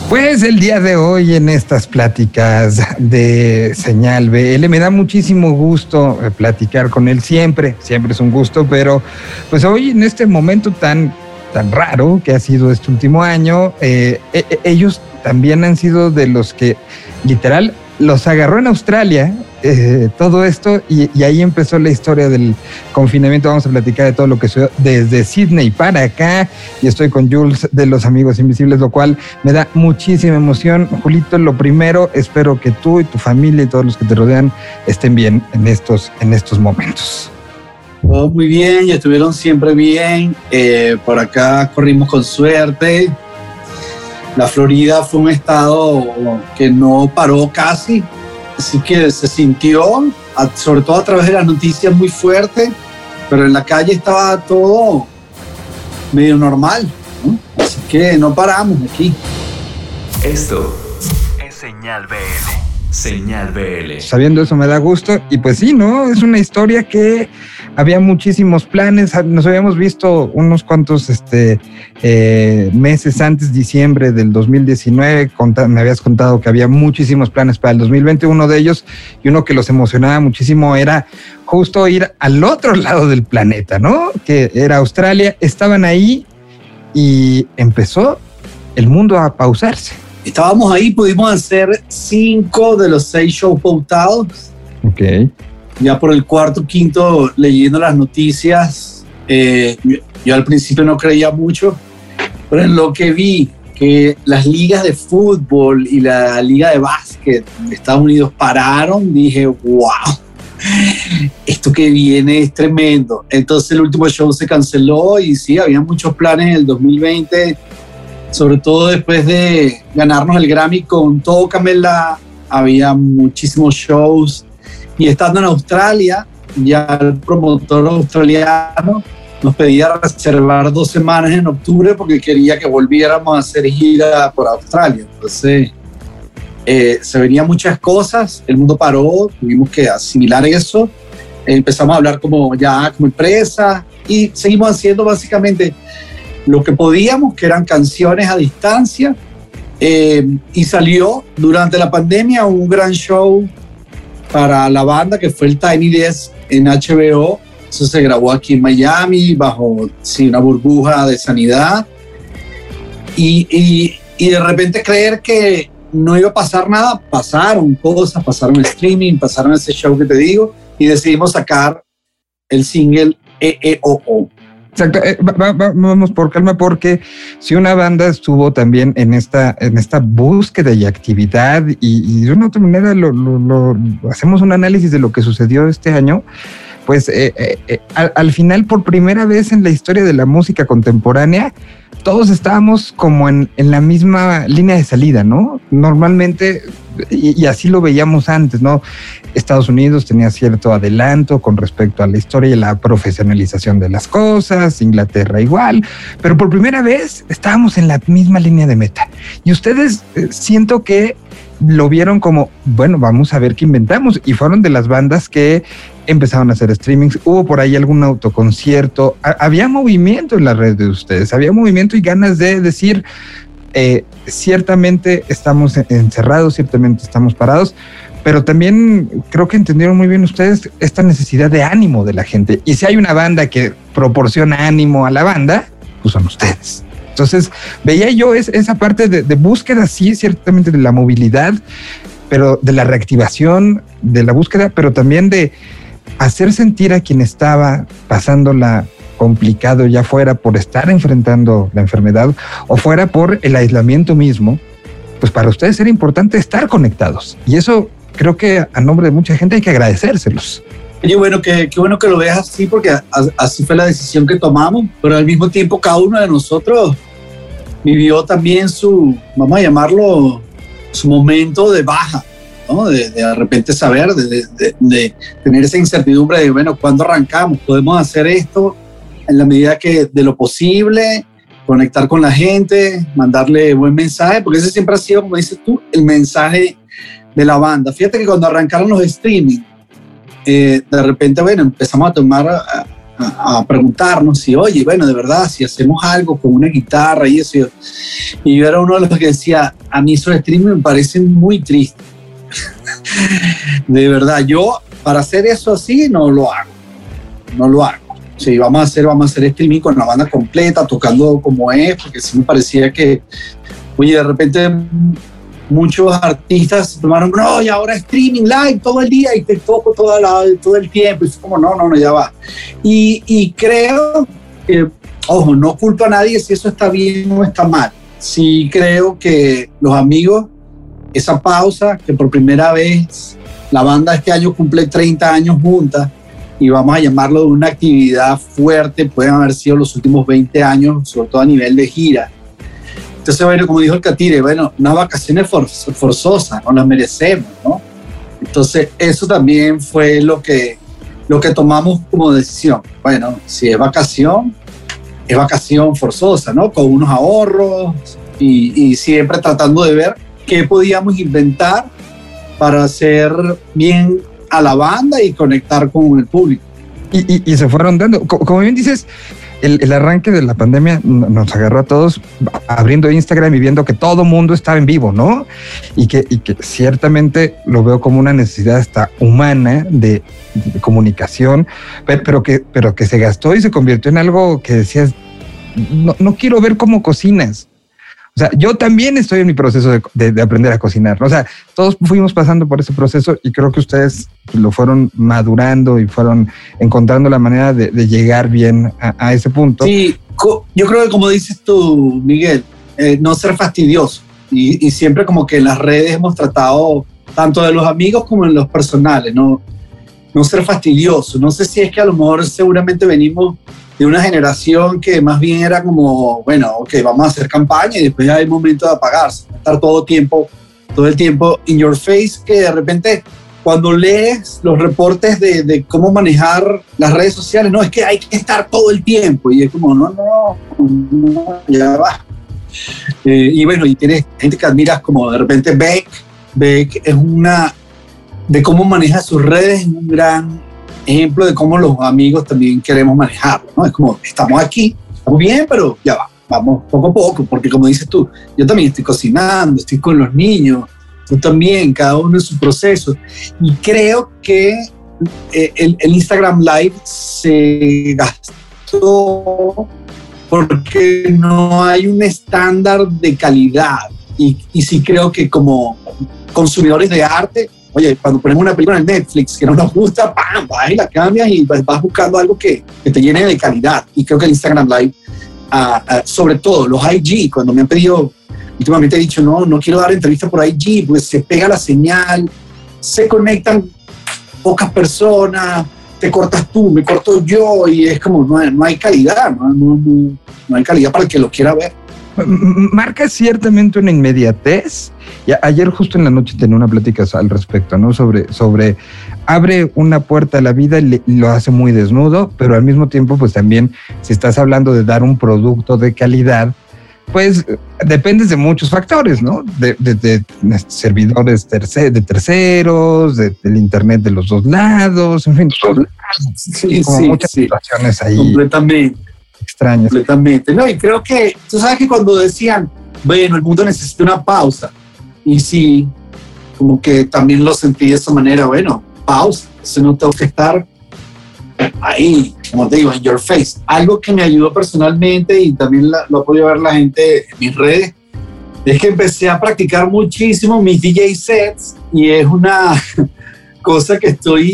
Pues el día de hoy en estas pláticas de Señal BL me da muchísimo gusto platicar con él siempre es un gusto, pero pues hoy en este momento tan raro que ha sido este último año, ellos también han sido de los que literal los agarró en Australia todo esto y ahí empezó la historia del confinamiento. Vamos a platicar de todo lo que sucedió desde Sydney para acá y estoy con Jules de Los Amigos Invisibles, lo cual me da muchísima emoción. Julito, lo primero, espero que tú y tu familia y todos los que te rodean estén bien en estos momentos. Oh, muy bien, y estuvieron siempre bien. Por acá corrimos con suerte. La Florida fue un estado que no paró casi, así que se sintió, sobre todo a través de las noticias, muy fuerte, pero en la calle estaba todo medio normal, ¿no? Así que no paramos aquí. Esto es Señal BL. Señal BL. Sabiendo eso me da gusto y pues sí, ¿no? Es una historia que había muchísimos planes, nos habíamos visto unos cuantos meses antes, diciembre del 2019, me habías contado que había muchísimos planes para el 2020, uno de ellos y uno que los emocionaba muchísimo era justo ir al otro lado del planeta, ¿no? Que era Australia, estaban ahí y empezó el mundo a pausarse. Estábamos ahí, pudimos hacer 5 de los 6 shows pautados. Ok. Ya por el cuarto, quinto, leyendo las noticias, yo al principio no creía mucho, pero en lo que vi que las ligas de fútbol y la liga de básquet de Estados Unidos pararon, dije, wow, esto que viene es tremendo. Entonces el último show se canceló y sí, había muchos planes en el 2020, sobre todo después de ganarnos el Grammy con Tócamela, había muchísimos shows. Y estando en Australia, ya el promotor australiano nos pedía reservar 2 semanas en octubre porque quería que volviéramos a hacer gira por Australia. Entonces, se venían muchas cosas, el mundo paró, tuvimos que asimilar eso. Empezamos a hablar como empresa y seguimos haciendo básicamente lo que podíamos, que eran canciones a distancia. Y salió durante la pandemia un gran show para la banda que fue el Tiny Desk en HBO. Eso se grabó aquí en Miami bajo una burbuja de sanidad y de repente creer que no iba a pasar nada, pasaron cosas, pasaron streaming, pasaron ese show que te digo y decidimos sacar el single EEOO. Exacto, vamos por calma, porque si una banda estuvo también en esta búsqueda y actividad y de una otra manera hacemos un análisis de lo que sucedió este año, pues al final, por primera vez en la historia de la música contemporánea, todos estábamos como en la misma línea de salida, ¿no? Normalmente, y así lo veíamos antes, ¿no? Estados Unidos tenía cierto adelanto con respecto a la historia y la profesionalización de las cosas, Inglaterra igual, pero por primera vez estábamos en la misma línea de meta. Y ustedes siento que lo vieron como, bueno, vamos a ver qué inventamos, y fueron de las bandas que empezaron a hacer streamings. Hubo por ahí algún autoconcierto, había movimiento en la red de ustedes, había movimiento y ganas de decir, ciertamente estamos encerrados, ciertamente estamos parados, pero también creo que entendieron muy bien ustedes esta necesidad de ánimo de la gente. Y si hay una banda que proporciona ánimo a la banda, pues son ustedes. Entonces veía yo esa parte de búsqueda, sí, ciertamente de la movilidad, pero de la reactivación, de la búsqueda, pero también de hacer sentir a quien estaba pasándola complicado, ya fuera por estar enfrentando la enfermedad o fuera por el aislamiento mismo, pues para ustedes era importante estar conectados. Y eso creo que a nombre de mucha gente hay que agradecérselos. Oye, bueno, qué bueno que lo veas así, porque así fue la decisión que tomamos, pero al mismo tiempo cada uno de nosotros vivió también vamos a llamarlo, su momento de baja, ¿no? De repente saber, de tener esa incertidumbre de, bueno, ¿cuándo arrancamos? ¿Podemos hacer esto en la medida que de lo posible? Conectar con la gente, mandarle buen mensaje, porque ese siempre ha sido, como dices tú, el mensaje de la banda. Fíjate que cuando arrancaron los streaming, de repente, bueno, empezamos a a preguntarnos si, oye, bueno, de verdad, si hacemos algo con una guitarra y eso. Y yo era uno de los que decía, a mí esos streaming me parecen muy tristes. De verdad, yo para hacer eso así no lo hago. Sí, vamos a hacer streaming con la banda completa, tocando como es, porque sí me parecía que, oye, de repente muchos artistas se tomaron, no, y ahora streaming live todo el día y te toco todo el tiempo. Y fue como, no, ya va. Y creo que, ojo, no culpo a nadie si eso está bien o está mal. Sí creo que los amigos, esa pausa, que por primera vez la banda este año cumple 30 años juntas, y vamos a llamarlo de una actividad fuerte, pueden haber sido los últimos 20 años, sobre todo a nivel de gira. Entonces, bueno, como dijo el Catire, bueno, unas vacaciones forzosas, no las merecemos, ¿no? Entonces, eso también fue lo que tomamos como decisión. Bueno, si es vacación forzosa, ¿no? Con unos ahorros y siempre tratando de ver qué podíamos inventar para hacer bien a la banda y conectar con el público. Y se fueron dando, como bien dices, el arranque de la pandemia nos agarró a todos abriendo Instagram y viendo que todo mundo estaba en vivo, ¿no? Y que ciertamente lo veo como una necesidad hasta humana de comunicación, pero que se gastó y se convirtió en algo que decías, no quiero ver cómo cocinas. O sea, yo también estoy en mi proceso de aprender a cocinar, ¿no? O sea, todos fuimos pasando por ese proceso y creo que ustedes lo fueron madurando y fueron encontrando la manera de llegar bien a ese punto. Sí, yo creo que como dices tú, Miguel, no ser fastidioso. Y siempre como que en las redes hemos tratado, tanto de los amigos como en los personales, no ser fastidioso. No sé si es que a lo mejor seguramente venimos de una generación que más bien era como, bueno, ok, vamos a hacer campaña y después ya hay momento de apagarse, estar todo el tiempo in your face, que de repente cuando lees los reportes de cómo manejar las redes sociales, no, es que hay que estar todo el tiempo y es como, no, ya va. Y bueno, y tienes gente que admiras como de repente Beck es una, de cómo maneja sus redes, es un gran ejemplo de cómo los amigos también queremos manejarlo, ¿no? Es como, estamos aquí, estamos bien, pero ya va, vamos poco a poco, porque como dices tú, yo también estoy cocinando, estoy con los niños, tú también, cada uno en su proceso, y creo que el Instagram Live se gastó porque no hay un estándar de calidad, y sí creo que como consumidores de arte, oye, cuando ponemos una película en Netflix que no nos gusta, ¡pam!, vas y la cambias y vas buscando algo que te llene de calidad. Y creo que el Instagram Live, sobre todo los IG, cuando me han pedido, últimamente he dicho, no quiero dar entrevistas por IG, pues se pega la señal, se conectan pocas personas, te cortas tú, me corto yo, y es como, no hay calidad, no hay calidad para el que lo quiera ver. Marca ciertamente una inmediatez. Y ayer justo en la noche tenía una plática al respecto, ¿no? Sobre abre una puerta a la vida y lo hace muy desnudo, pero al mismo tiempo, pues también, si estás hablando de dar un producto de calidad, pues dependes de muchos factores, ¿no? De servidores de terceros, del internet de los dos lados, en fin. Sí, muchas situaciones ahí. Completamente. Extrañas. Completamente. No, y creo que, tú sabes que cuando decían, bueno, el mundo necesita una pausa, y sí, como que también lo sentí de esa manera, bueno, pausa, entonces no tengo que estar ahí, como te digo, in your face. Algo que me ayudó personalmente y también lo ha podido ver la gente en mis redes, es que empecé a practicar muchísimo mis DJ sets, y es una cosa que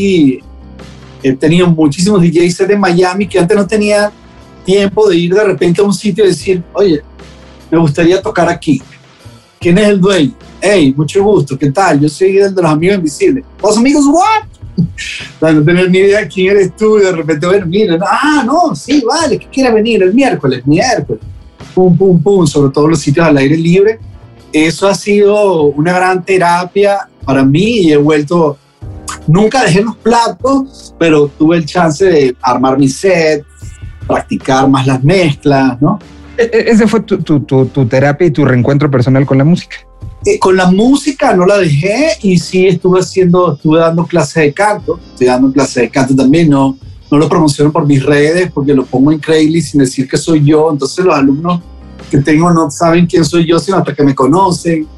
he tenido muchísimos DJ sets en Miami que antes no tenía tiempo de ir de repente a un sitio y decir, oye, me gustaría tocar aquí. ¿Quién es el dueño? Hey, mucho gusto, ¿qué tal? Yo soy el de los Amigos Invisibles. ¿Los amigos what? No tener ni idea quién eres tú, y de repente, bueno, miren, no, sí, vale, ¿qué quieres venir el miércoles? Pum, pum, pum, sobre todo los sitios al aire libre. Eso ha sido una gran terapia para mí y he vuelto, nunca dejé los platos, pero tuve el chance de armar mi set, practicar más las mezclas, ¿no? Ese fue tu terapia y tu reencuentro personal con la música. Con la música no la dejé, y sí estuve dando clases de canto. Estoy dando clases de canto también, no no lo promociono por mis redes porque lo pongo en Craigslist sin decir que soy yo. Entonces los alumnos que tengo no saben quién soy yo, sino hasta que me conocen.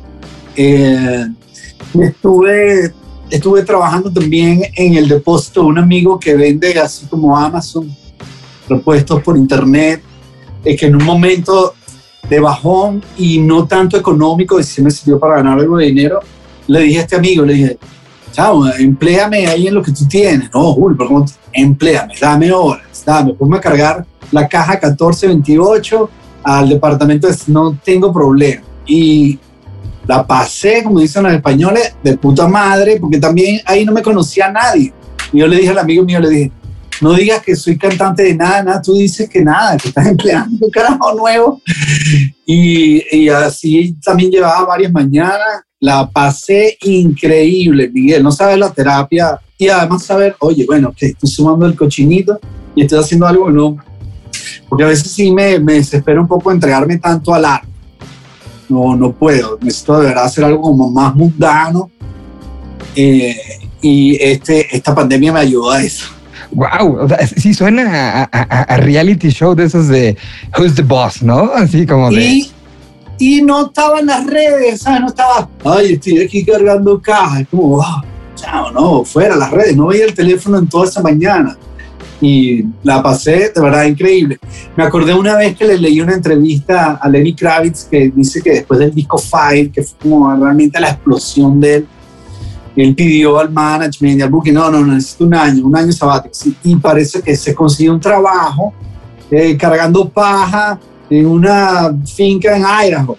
Estuve trabajando también en el depósito de un amigo que vende, así como Amazon, repuestos por internet, que en un momento de bajón y no tanto económico, y sí me sirvió para ganar algo de dinero, le dije a este amigo, le dije, chao, empléame ahí en lo que tú tienes. No, Julio, pero ¿cómo? Empléame, dame horas, ponme a cargar la caja 1428 al departamento, no tengo problema. Y la pasé, como dicen los españoles, de puta madre, porque también ahí no me conocía a nadie. Y yo le dije al amigo mío, le dije, no digas que soy cantante de nada, tú dices que nada, que estás empleando un carajo nuevo. Y así también llevaba varias mañanas, la pasé increíble, Miguel, no sabes la terapia y además saber, oye, bueno, que estoy sumando el cochinito y estoy haciendo algo que no, porque a veces sí me desespero un poco entregarme tanto al arte. No puedo, necesito de verdad hacer algo como más mundano y esta pandemia me ayudó a eso. Wow, o sea, sí suena a reality show de esos de Who's the Boss, ¿no? Así como de... Y no estaba en las redes, ¿sabes? No estaba, ay, estoy aquí cargando cajas, es como, wow, chao, no, fuera las redes, no veía el teléfono en toda esa mañana. Y la pasé de verdad increíble. Me acordé una vez que le leí una entrevista a Lenny Kravitz que dice que después del disco Fire, que fue como realmente la explosión de él pidió al management y al booking, no, necesito un año sabático. Y parece que se consiguió un trabajo cargando paja en una finca en Idaho.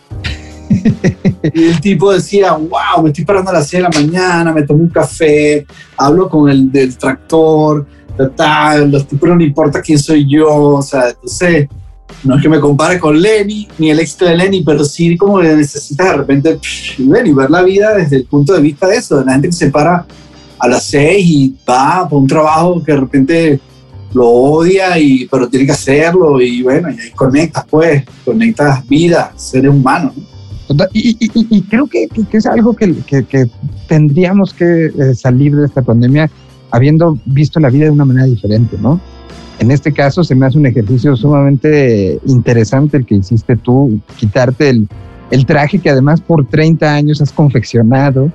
Y el tipo decía, wow, me estoy parando a las 6 de la mañana, me tomo un café, hablo con el del tractor, los tipos no le importa quién soy yo, o sea, entonces no es que me compare con Lenny ni el éxito de Lenny, pero sí como que necesitas de repente Lenny, ver la vida desde el punto de vista de eso, de la gente que se para a las 6 y va por un trabajo que de repente lo odia, pero tiene que hacerlo, y bueno, y ahí conectas vidas, seres humanos, ¿no? Y creo que es algo que tendríamos que salir de esta pandemia habiendo visto la vida de una manera diferente, ¿no? En este caso se me hace un ejercicio sumamente interesante el que hiciste tú, quitarte el traje que además por 30 años has confeccionado.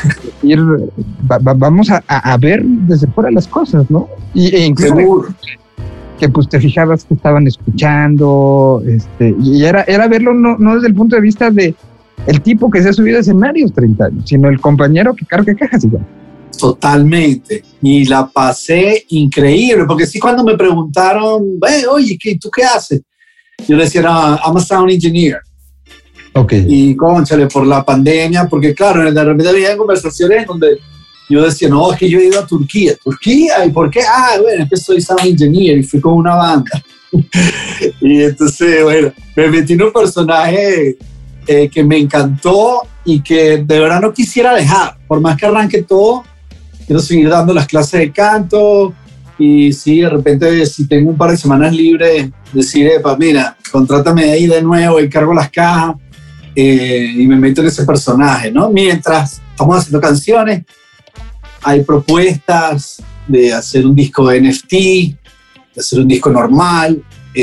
Vamos a ver desde fuera las cosas, ¿no? E incluso que pues te fijabas que estaban escuchando, y era verlo no desde el punto de vista de el tipo que se ha subido a escenarios 30 años, sino el compañero que carga cajas igual. Totalmente, y la pasé increíble, porque sí, cuando me preguntaron, oye, ¿tú qué haces? Yo le decía, no, I'm a sound engineer. Okay. Y cónchale, por la pandemia, porque claro, de repente había conversaciones donde yo decía, no, es que yo he ido a Turquía, ¿y por qué? Bueno, es que soy sound engineer y fui con una banda. Y entonces, bueno, me metí en un personaje que me encantó y que de verdad no quisiera dejar, por más que arranque todo, quiero seguir dando las clases de canto y sí, de repente si tengo un par de semanas libres, decir, mira, contrátame ahí de nuevo y cargo las cajas y me meto en ese personaje, ¿no? Mientras estamos haciendo canciones, hay propuestas de hacer un disco de NFT, de hacer un disco normal,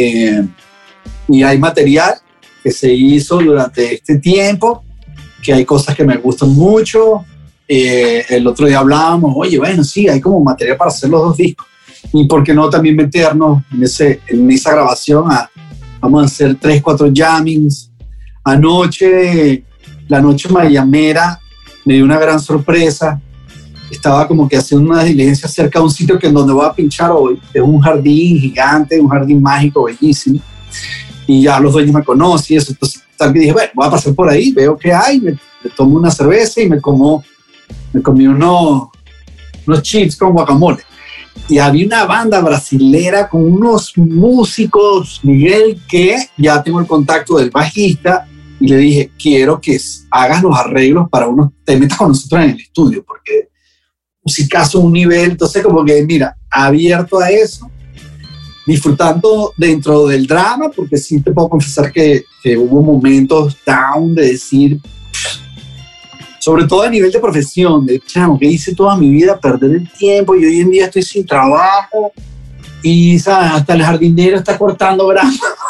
y hay material que se hizo durante este tiempo, que hay cosas que me gustan mucho. El otro día hablábamos, oye, bueno, sí, hay como material para hacer los 2 discos. Y por qué no también meternos en esa grabación, vamos a hacer 3-4 jammings. Anoche, la noche mayamera, me dio una gran sorpresa. Estaba como que haciendo una diligencia cerca de un sitio que en donde voy a pinchar hoy. Es un jardín gigante, un jardín mágico, bellísimo. Y ya los dueños me conocen y eso. Entonces, tal que dije, bueno, voy a pasar por ahí, veo qué hay, me tomo una cerveza y me comí unos chips con guacamole. Y había una banda brasilera con unos músicos, Miguel, que ya tengo el contacto del bajista, y le dije, quiero que hagas los arreglos para te metas con nosotros en el estudio, porque musicazo un nivel. Entonces como que, mira, abierto a eso, disfrutando dentro del drama, porque sí te puedo confesar que hubo momentos down de decir, sobre todo a nivel de profesión, de chamo, que hice toda mi vida, perder el tiempo, y hoy en día estoy sin trabajo, y ¿sabes? Hasta el jardinero está cortando grama.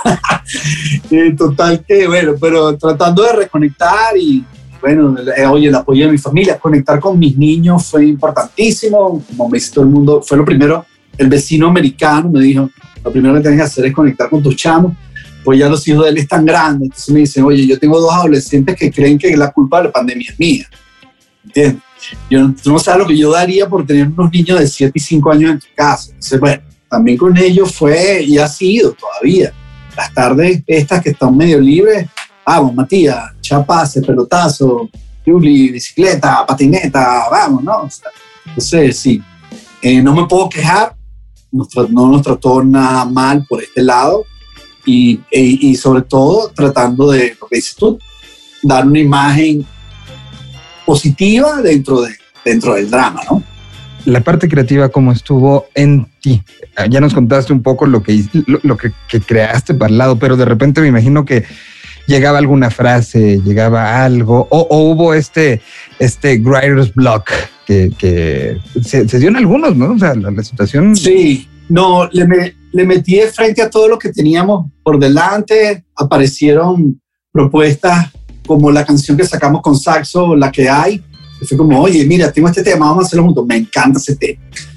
Total que, bueno, pero tratando de reconectar y, bueno, oye, el apoyo de mi familia, conectar con mis niños fue importantísimo, como me dice todo el mundo, fue lo primero, el vecino americano me dijo, lo primero que tienes que hacer es conectar con tus chamos, pues ya los hijos de él están grandes, entonces me dicen, oye, yo tengo 2 adolescentes que creen que la culpa de la pandemia es mía, ¿entiendes? Tú no sabes lo que yo daría por tener unos niños de 7 y 5 años en tu casa. Entonces, bueno, también con ellos fue y ha sido todavía. Las tardes estas que están medio libres, vamos, Matías, chapase, pelotazo, Juli, bicicleta, patineta, vamos, ¿no? O sea, entonces, sí, no me puedo quejar, no nos trató nada mal por este lado, y sobre todo tratando de, lo que dices tú, dar una imagen positiva dentro del drama, ¿no? La parte creativa, ¿cómo estuvo en ti? Ya nos contaste un poco lo que creaste para el lado, pero de repente me imagino que llegaba alguna frase, llegaba algo, o hubo este writer's block que se dio en algunos, ¿no? O sea, la situación... Sí, no, le metí de frente a todo lo que teníamos por delante, aparecieron propuestas como la canción que sacamos con Saxo, La que hay, que fue como, oye, mira, tengo este tema, vamos a hacerlo juntos, me encanta ese tema.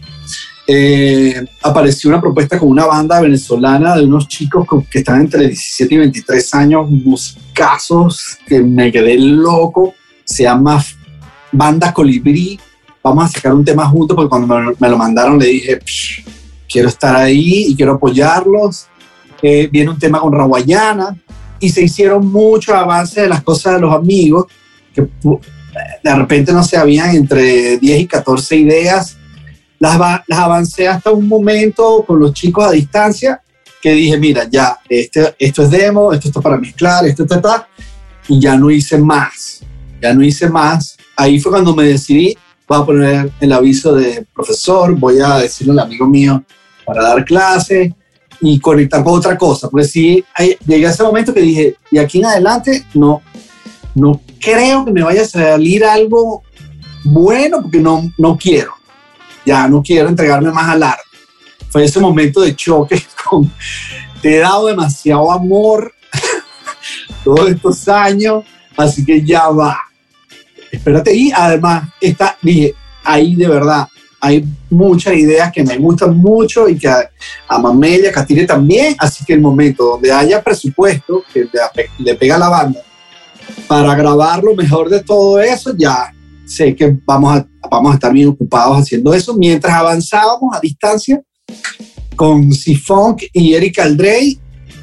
Apareció una propuesta con una banda venezolana de unos chicos que están entre 17 y 23 años, musicazos, que me quedé loco, se llama Banda Colibrí, vamos a sacar un tema juntos, porque cuando me lo mandaron le dije, quiero estar ahí y quiero apoyarlos. Viene un tema con Rawayana, y se hicieron muchos avances de las cosas de los amigos, que de repente no se habían entre 10 y 14 ideas. Las avancé hasta un momento con los chicos a distancia, que dije, mira, ya, esto es demo, esto está para mezclar, esto está, y ya no hice más. Ahí fue cuando me decidí, voy a poner el aviso de profesor, voy a decirle al amigo mío para dar clase y conectar con otra cosa, porque sí, llegué a ese momento que dije, de aquí en adelante no creo que me vaya a salir algo bueno, porque no quiero entregarme más al arte. Fue ese momento de choque te he dado demasiado amor todos estos años, así que ya va, espérate. Y además dije, ahí de verdad hay muchas ideas que me gustan mucho y que a Mamé y a Catire también, así que el momento donde haya presupuesto que le pega a la banda para grabar lo mejor de todo eso, ya sé que vamos a estar bien ocupados haciendo eso, mientras avanzábamos a distancia con C-Funk y Eric Aldrey,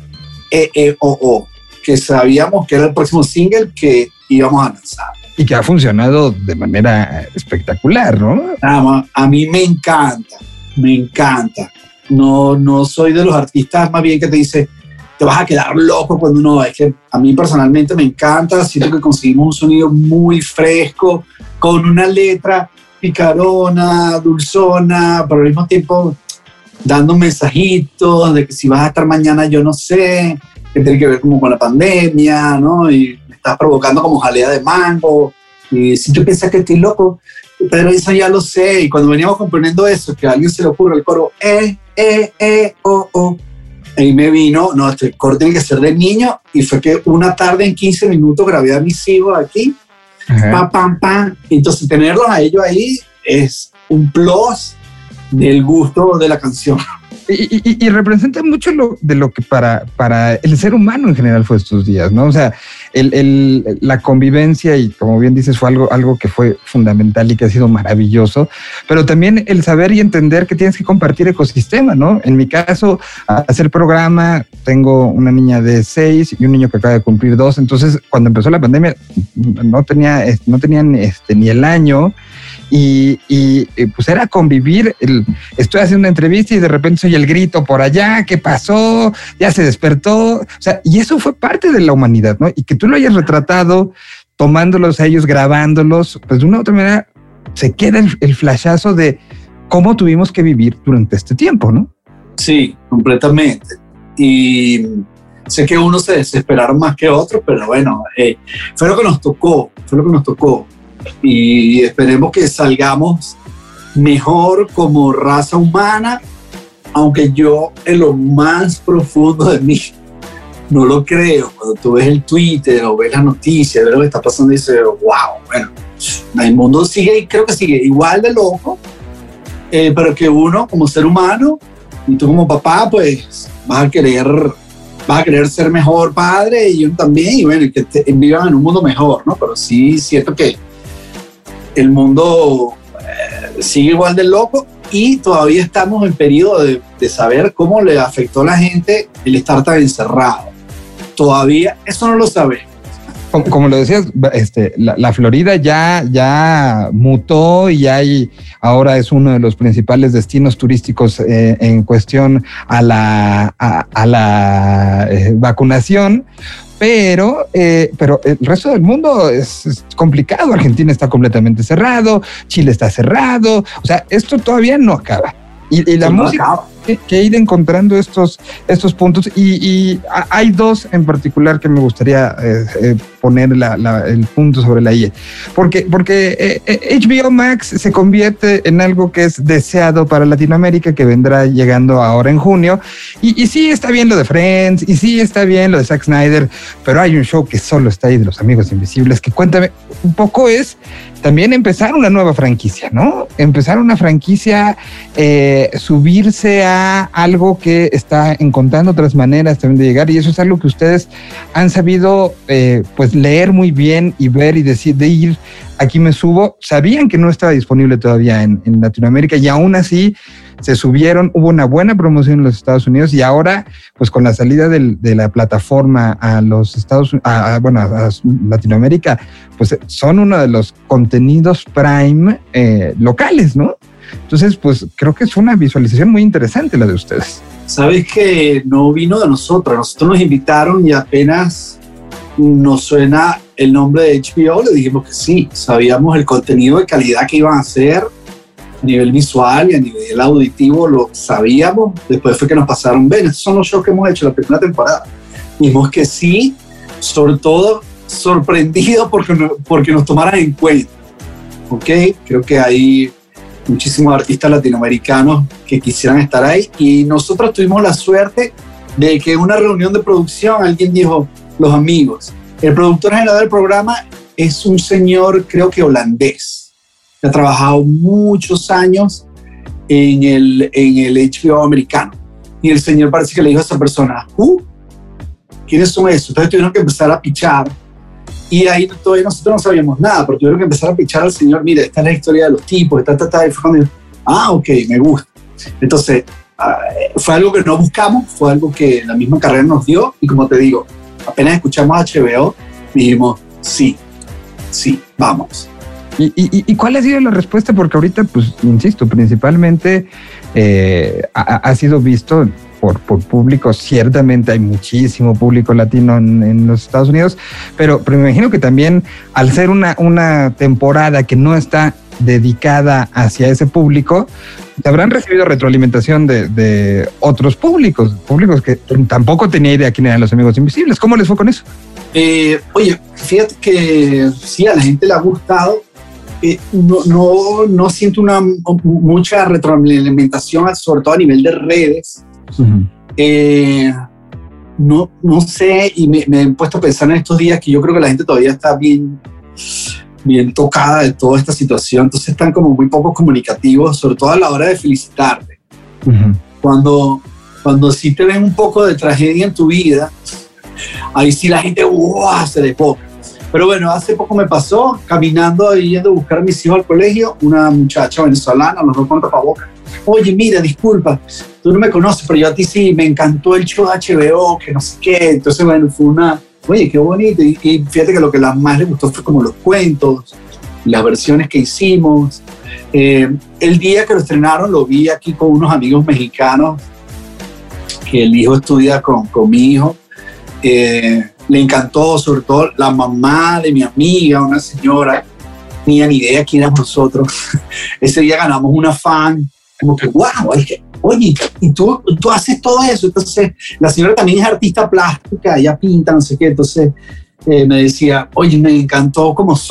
que sabíamos que era el próximo single que íbamos a lanzar. Y que ha funcionado de manera espectacular, ¿no? A mí me encanta. No soy de los artistas más bien que te dice, te vas a quedar loco cuando uno... Es que a mí personalmente me encanta, siento que conseguimos un sonido muy fresco, con una letra picarona, dulzona, pero al mismo tiempo dando mensajitos de que si vas a estar mañana yo no sé, que tiene que ver como con la pandemia, ¿no? Y me estás provocando como jalea de mango, y si tú piensas que estoy loco, pero eso ya lo sé. Y cuando veníamos componiendo eso, que a alguien se le ocurre el coro ahí me vino, no, este coro tiene que ser de niño, y fue que una tarde en 15 minutos grabé a mis hijos aquí, pam. Entonces tenerlos a ellos ahí es un plus del gusto de la canción. Y representa mucho de lo que para el ser humano en general fue estos días, ¿no? O sea, la convivencia, y como bien dices, fue algo que fue fundamental y que ha sido maravilloso, pero también el saber y entender que tienes que compartir ecosistema, ¿no? En mi caso, hacer programa, tengo una niña de 6 y un niño que acaba de cumplir 2, entonces cuando empezó la pandemia no tenían ni el año. Y pues era convivir, estoy haciendo una entrevista y de repente soy el grito por allá, ¿qué pasó? Ya se despertó, o sea, y eso fue parte de la humanidad, ¿no? Y que tú lo hayas retratado, tomándolos a ellos, grabándolos, pues de una u otra manera se queda el flashazo de cómo tuvimos que vivir durante este tiempo, ¿no? Sí, completamente. Y sé que unos se desesperaron más que otros, pero bueno, fue lo que nos tocó. y esperemos que salgamos mejor como raza humana, aunque yo en lo más profundo de mí no lo creo. Cuando tú ves el Twitter o ves las noticias, ves lo que está pasando y dices, wow, bueno, el mundo sigue, y creo que sigue igual de loco, pero que uno como ser humano y tú como papá, pues vas a querer ser mejor padre, y uno también, y bueno, que vivan en un mundo mejor, ¿no? Pero sí siento que el mundo sigue igual de loco, y todavía estamos en periodo de saber cómo le afectó a la gente el estar tan encerrado. Todavía eso no lo sabemos. Como lo decías, la Florida ya mutó y ahora es uno de los principales destinos turísticos en cuestión a la vacunación. Pero el resto del mundo es complicado. Argentina está completamente cerrado, Chile está cerrado. O sea, esto todavía no acaba. Y la música que ir encontrando estos puntos. Y hay dos en particular que me gustaría poner el punto sobre la I. Porque HBO Max se convierte en algo que es deseado para Latinoamérica, que vendrá llegando ahora en junio. Y sí está bien lo de Friends, y sí está bien lo de Zack Snyder, pero hay un show que solo está ahí de Los Amigos Invisibles, que cuéntame un poco, es también empezar una nueva franquicia, ¿no? Empezar una franquicia, subirse a algo que está encontrando otras maneras también de llegar, y eso es algo que ustedes han sabido pues leer muy bien y ver y decir, de ir, aquí me subo. Sabían que no estaba disponible todavía en Latinoamérica, y aún así se subieron, hubo una buena promoción en los Estados Unidos, y ahora pues con la salida de la plataforma a los a Latinoamérica, pues son uno de los contenidos Prime locales, ¿no? Entonces, pues creo que es una visualización muy interesante la de ustedes. Sabes que no vino de nosotros nos invitaron, y apenas nos suena el nombre de HBO, le dijimos que sí, sabíamos el contenido de calidad que iban a hacer a nivel visual y a nivel auditivo, lo sabíamos. Después fue que nos pasaron, ven, estos son los shows que hemos hecho la primera temporada. Dijimos que sí, sobre todo sorprendido porque nos tomaran en cuenta. ¿Ok? Creo que hay muchísimos artistas latinoamericanos que quisieran estar ahí, y nosotros tuvimos la suerte de que en una reunión de producción alguien dijo, Los Amigos. El productor general del programa es un señor, creo que holandés, que ha trabajado muchos años en el HBO americano, y el señor parece que le dijo a esa persona, ¿quiénes son esos? Entonces tuvieron que empezar a pichar, y ahí todavía nosotros no sabíamos nada, pero tuvieron que empezar a pichar al señor, mire, esta es la historia de los tipos, y fue cuando dijo, ok, me gusta. Entonces fue algo que no buscamos, fue algo que la misma carrera nos dio, y como te digo, apenas escuchamos HBO, dijimos, sí, vamos. ¿Y cuál ha sido la respuesta? Porque ahorita, pues, insisto, principalmente ha sido visto por público. Ciertamente hay muchísimo público latino en los Estados Unidos, pero me imagino que también al ser una temporada que no está dedicada hacia ese público, habrán recibido retroalimentación de otros públicos que tampoco tenía idea quién eran Los Amigos Invisibles. ¿Cómo les fue con eso? Oye, fíjate que sí, a la gente le ha gustado. No siento mucha retroalimentación, sobre todo a nivel de redes. Uh-huh. No sé, y me he puesto a pensar en estos días que yo creo que la gente todavía está bien tocada de toda esta situación, entonces están como muy poco comunicativos, sobre todo a la hora de felicitarte. Uh-huh. Cuando sí te ven un poco de tragedia en tu vida, ahí sí la gente se desboca. Pero bueno, hace poco me pasó, caminando y yendo a buscar a mis hijos al colegio, una muchacha venezolana, los dos con tapabocas. Oye, mira, disculpa, tú no me conoces, pero yo a ti sí, me encantó el show de HBO, que no sé qué. Entonces, bueno, fue oye, qué bonito. Y fíjate que lo que más les gustó fue como los cuentos, las versiones que hicimos. El día que lo estrenaron, lo vi aquí con unos amigos mexicanos, que el hijo estudia con mi hijo. Le encantó, sobre todo la mamá de mi amiga, una señora, no tenía ni idea quién éramos nosotros. Ese día ganamos una fan, como que wow, oye, y tú haces todo eso. Entonces la señora también es artista plástica, ella pinta, no sé qué. Entonces me decía, oye, me encantó cómo son.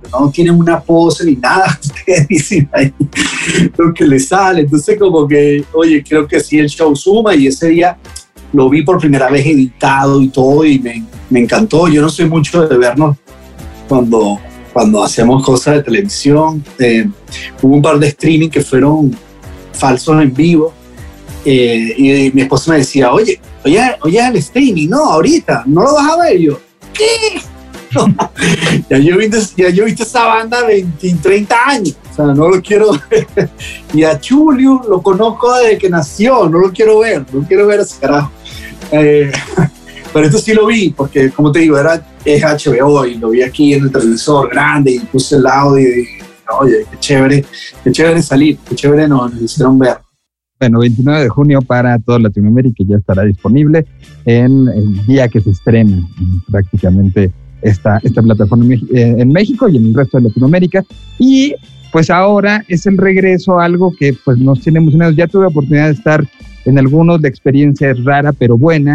no tienen una pose ni nada, ustedes dicen ahí lo que les sale. Entonces como que, oye, creo que sí el show suma, y ese día lo vi por primera vez editado y todo, y me encantó. Yo no soy mucho de vernos cuando hacemos cosas de televisión. Hubo un par de streaming que fueron falsos en vivo, y mi esposa me decía, oye, el streaming, no, ahorita, no lo vas a ver. Y yo, ¿qué? No, ya yo he visto esa banda 20, 30 años, o sea, no lo quiero ver. Y a Chuliu lo conozco desde que nació, no lo quiero ver ese carajo. Pero esto sí lo vi, porque como te digo, es HBO, y lo vi aquí en el televisor grande, y puse el audio y dije, oye, qué chévere salir, qué chévere nos hicieron ver. Bueno, 29 de junio para toda Latinoamérica, ya estará disponible en el día que se estrena prácticamente esta plataforma en México y en el resto de Latinoamérica. Y pues ahora es el regreso a algo que pues nos tiene emocionados. Ya tuve oportunidad de estar en algunos, la experiencia es rara pero buena,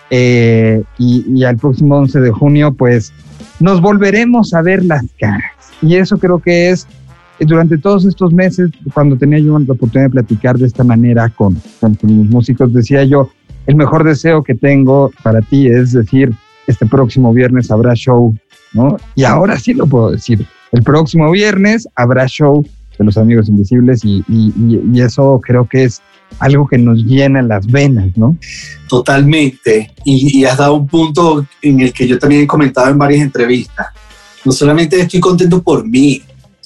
y al próximo 11 de junio pues nos volveremos a ver las caras, y eso creo que es durante todos estos meses, cuando tenía yo la oportunidad de platicar de esta manera con los músicos, decía yo, el mejor deseo que tengo para ti es decir, este próximo viernes habrá show, ¿no? Y ahora sí lo puedo decir, el próximo viernes habrá show de Los Amigos Invisibles, y eso creo que es algo que nos llena las venas, ¿no? Totalmente, y has dado un punto en el que yo también he comentado en varias entrevistas. No solamente estoy contento por mí,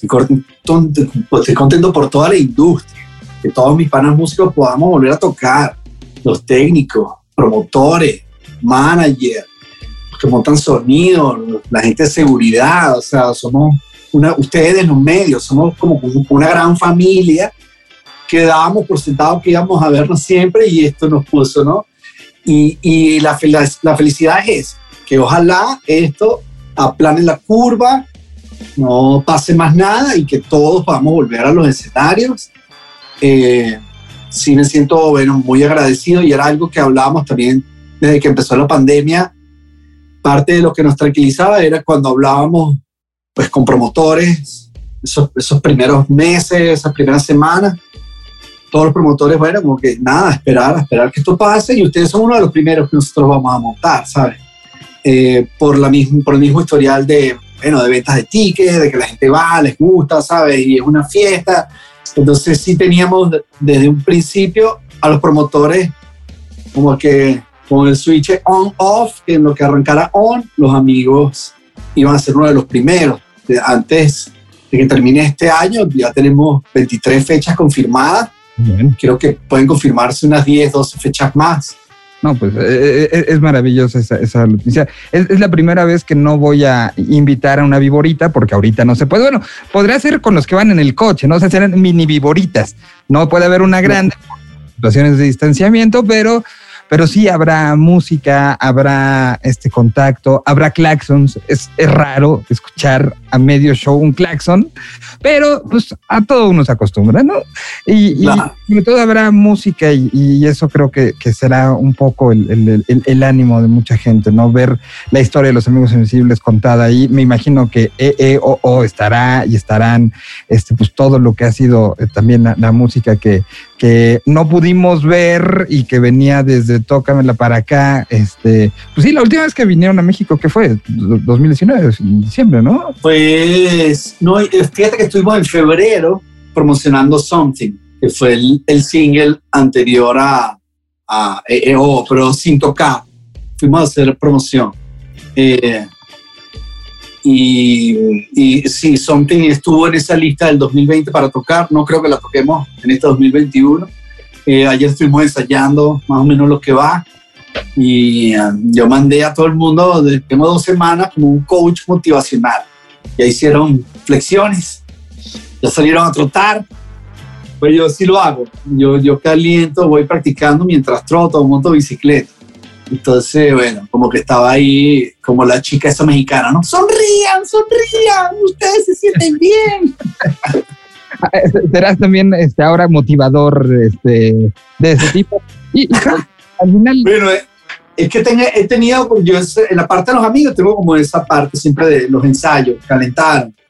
estoy contento por toda la industria, que todos mis panas músicos podamos volver a tocar, los técnicos, promotores, managers, los que montan sonido, la gente de seguridad, o sea, somos ustedes en los medios, somos como una gran familia que dábamos por sentado que íbamos a vernos siempre, y esto nos puso, ¿no? Y la felicidad es que ojalá esto aplane la curva, no pase más nada, y que todos podamos volver a los escenarios. Sí me siento, bueno, muy agradecido, y era algo que hablábamos también desde que empezó la pandemia. Parte de lo que nos tranquilizaba era cuando hablábamos pues con promotores, esos primeros meses, esas primeras semanas, todos los promotores, bueno, como que nada, esperar que esto pase, y ustedes son uno de los primeros que nosotros vamos a montar, ¿sabes? Por el mismo historial de ventas de tickets, de que la gente va, les gusta, ¿sabes? Y es una fiesta. Entonces sí teníamos desde un principio a los promotores como que con el switch on-off, que en lo que arrancara on, los amigos iban a ser uno de los primeros. Antes de que termine este año, ya tenemos 23 fechas confirmadas. Bien. Creo que pueden confirmarse unas 10, 12 fechas más. No, pues es maravillosa esa noticia. Es la primera vez que no voy a invitar a una viborita, porque ahorita no se puede. Bueno, podría ser con los que van en el coche, ¿no? O sea, serán mini viboritas. No puede haber una grande por situaciones de distanciamiento, pero sí habrá música, habrá contacto, habrá claxons. Es raro escuchar a medio show un claxon, pero pues a todo uno se acostumbra, ¿no? Y sobre todo habrá música, y eso creo que será un poco el ánimo de mucha gente, ¿no? Ver la historia de Los Amigos Invisibles contada ahí. Me imagino que estará, y estarán pues todo lo que ha sido también la música que no pudimos ver y que venía desde Tócamela para acá. Pues sí, la última vez que vinieron a México, ¿qué fue? 2019, en diciembre, ¿no? Pues, no, fíjate que estuvimos en febrero promocionando Something, que fue el single anterior a pero sin tocar. Fuimos a hacer promoción. Y sí, Something estuvo en esa lista del 2020 para tocar. No creo que la toquemos en este 2021. Ayer estuvimos ensayando más o menos lo que va, y yo mandé a todo el mundo, tengo 2 semanas como un coach motivacional. Ya hicieron flexiones, ya salieron a trotar. Pues yo sí lo hago. Yo caliento, voy practicando mientras troto o monto bicicleta. Entonces, bueno, como que estaba ahí como la chica esa mexicana, ¿no? Sonrían, ustedes se sienten bien. Serás también ahora motivador de ese tipo. Y al final... Bueno, es que he tenido, yo en la parte de los amigos tengo como esa parte siempre de los ensayos, calentar.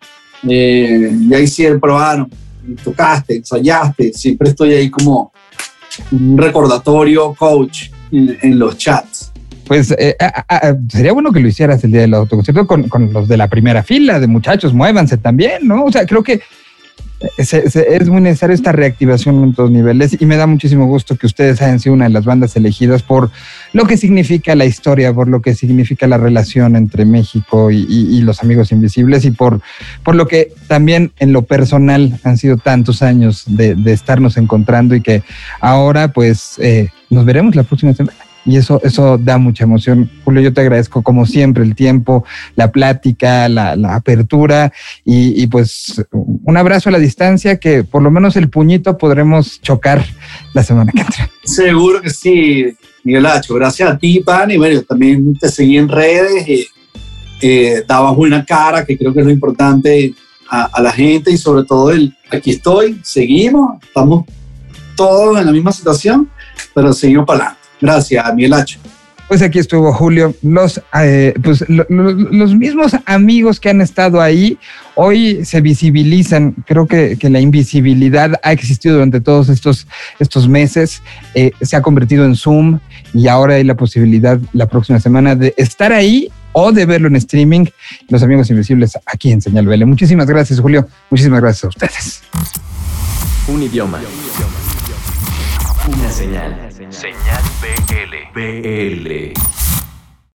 Y ahí sí probaron, tocaste, ensayaste, siempre estoy ahí como un recordatorio coach en los chats. Pues sería bueno que lo hicieras el día del autoconcierto con los de la primera fila, de muchachos, muévanse también, ¿no? O sea, creo que es muy necesaria esta reactivación en todos niveles y me da muchísimo gusto que ustedes hayan sido una de las bandas elegidas por lo que significa la historia, por lo que significa la relación entre México y los Amigos Invisibles y por lo que también en lo personal han sido tantos años de estarnos encontrando y que ahora pues nos veremos la próxima semana. Y eso da mucha emoción. Julio, yo te agradezco como siempre el tiempo, la plática, la apertura y pues un abrazo a la distancia que por lo menos el puñito podremos chocar la semana que entra. Seguro que sí, Miguel Acho. Gracias a ti, Pan. Y bueno, también te seguí en redes. Dabas buena cara, que creo que es lo importante a la gente y sobre todo aquí estoy, seguimos, estamos todos en la misma situación, pero seguimos para adelante. Gracias, Miguel Acho. Pues aquí estuvo Julio. Los mismos amigos que han estado ahí hoy se visibilizan. Creo que la invisibilidad ha existido durante todos estos meses. Se ha convertido en Zoom y ahora hay la posibilidad la próxima semana de estar ahí o de verlo en streaming. Los Amigos Invisibles aquí en Señal BL. Muchísimas gracias, Julio. Muchísimas gracias a ustedes. Un idioma. Una señal. Señal BL. BL.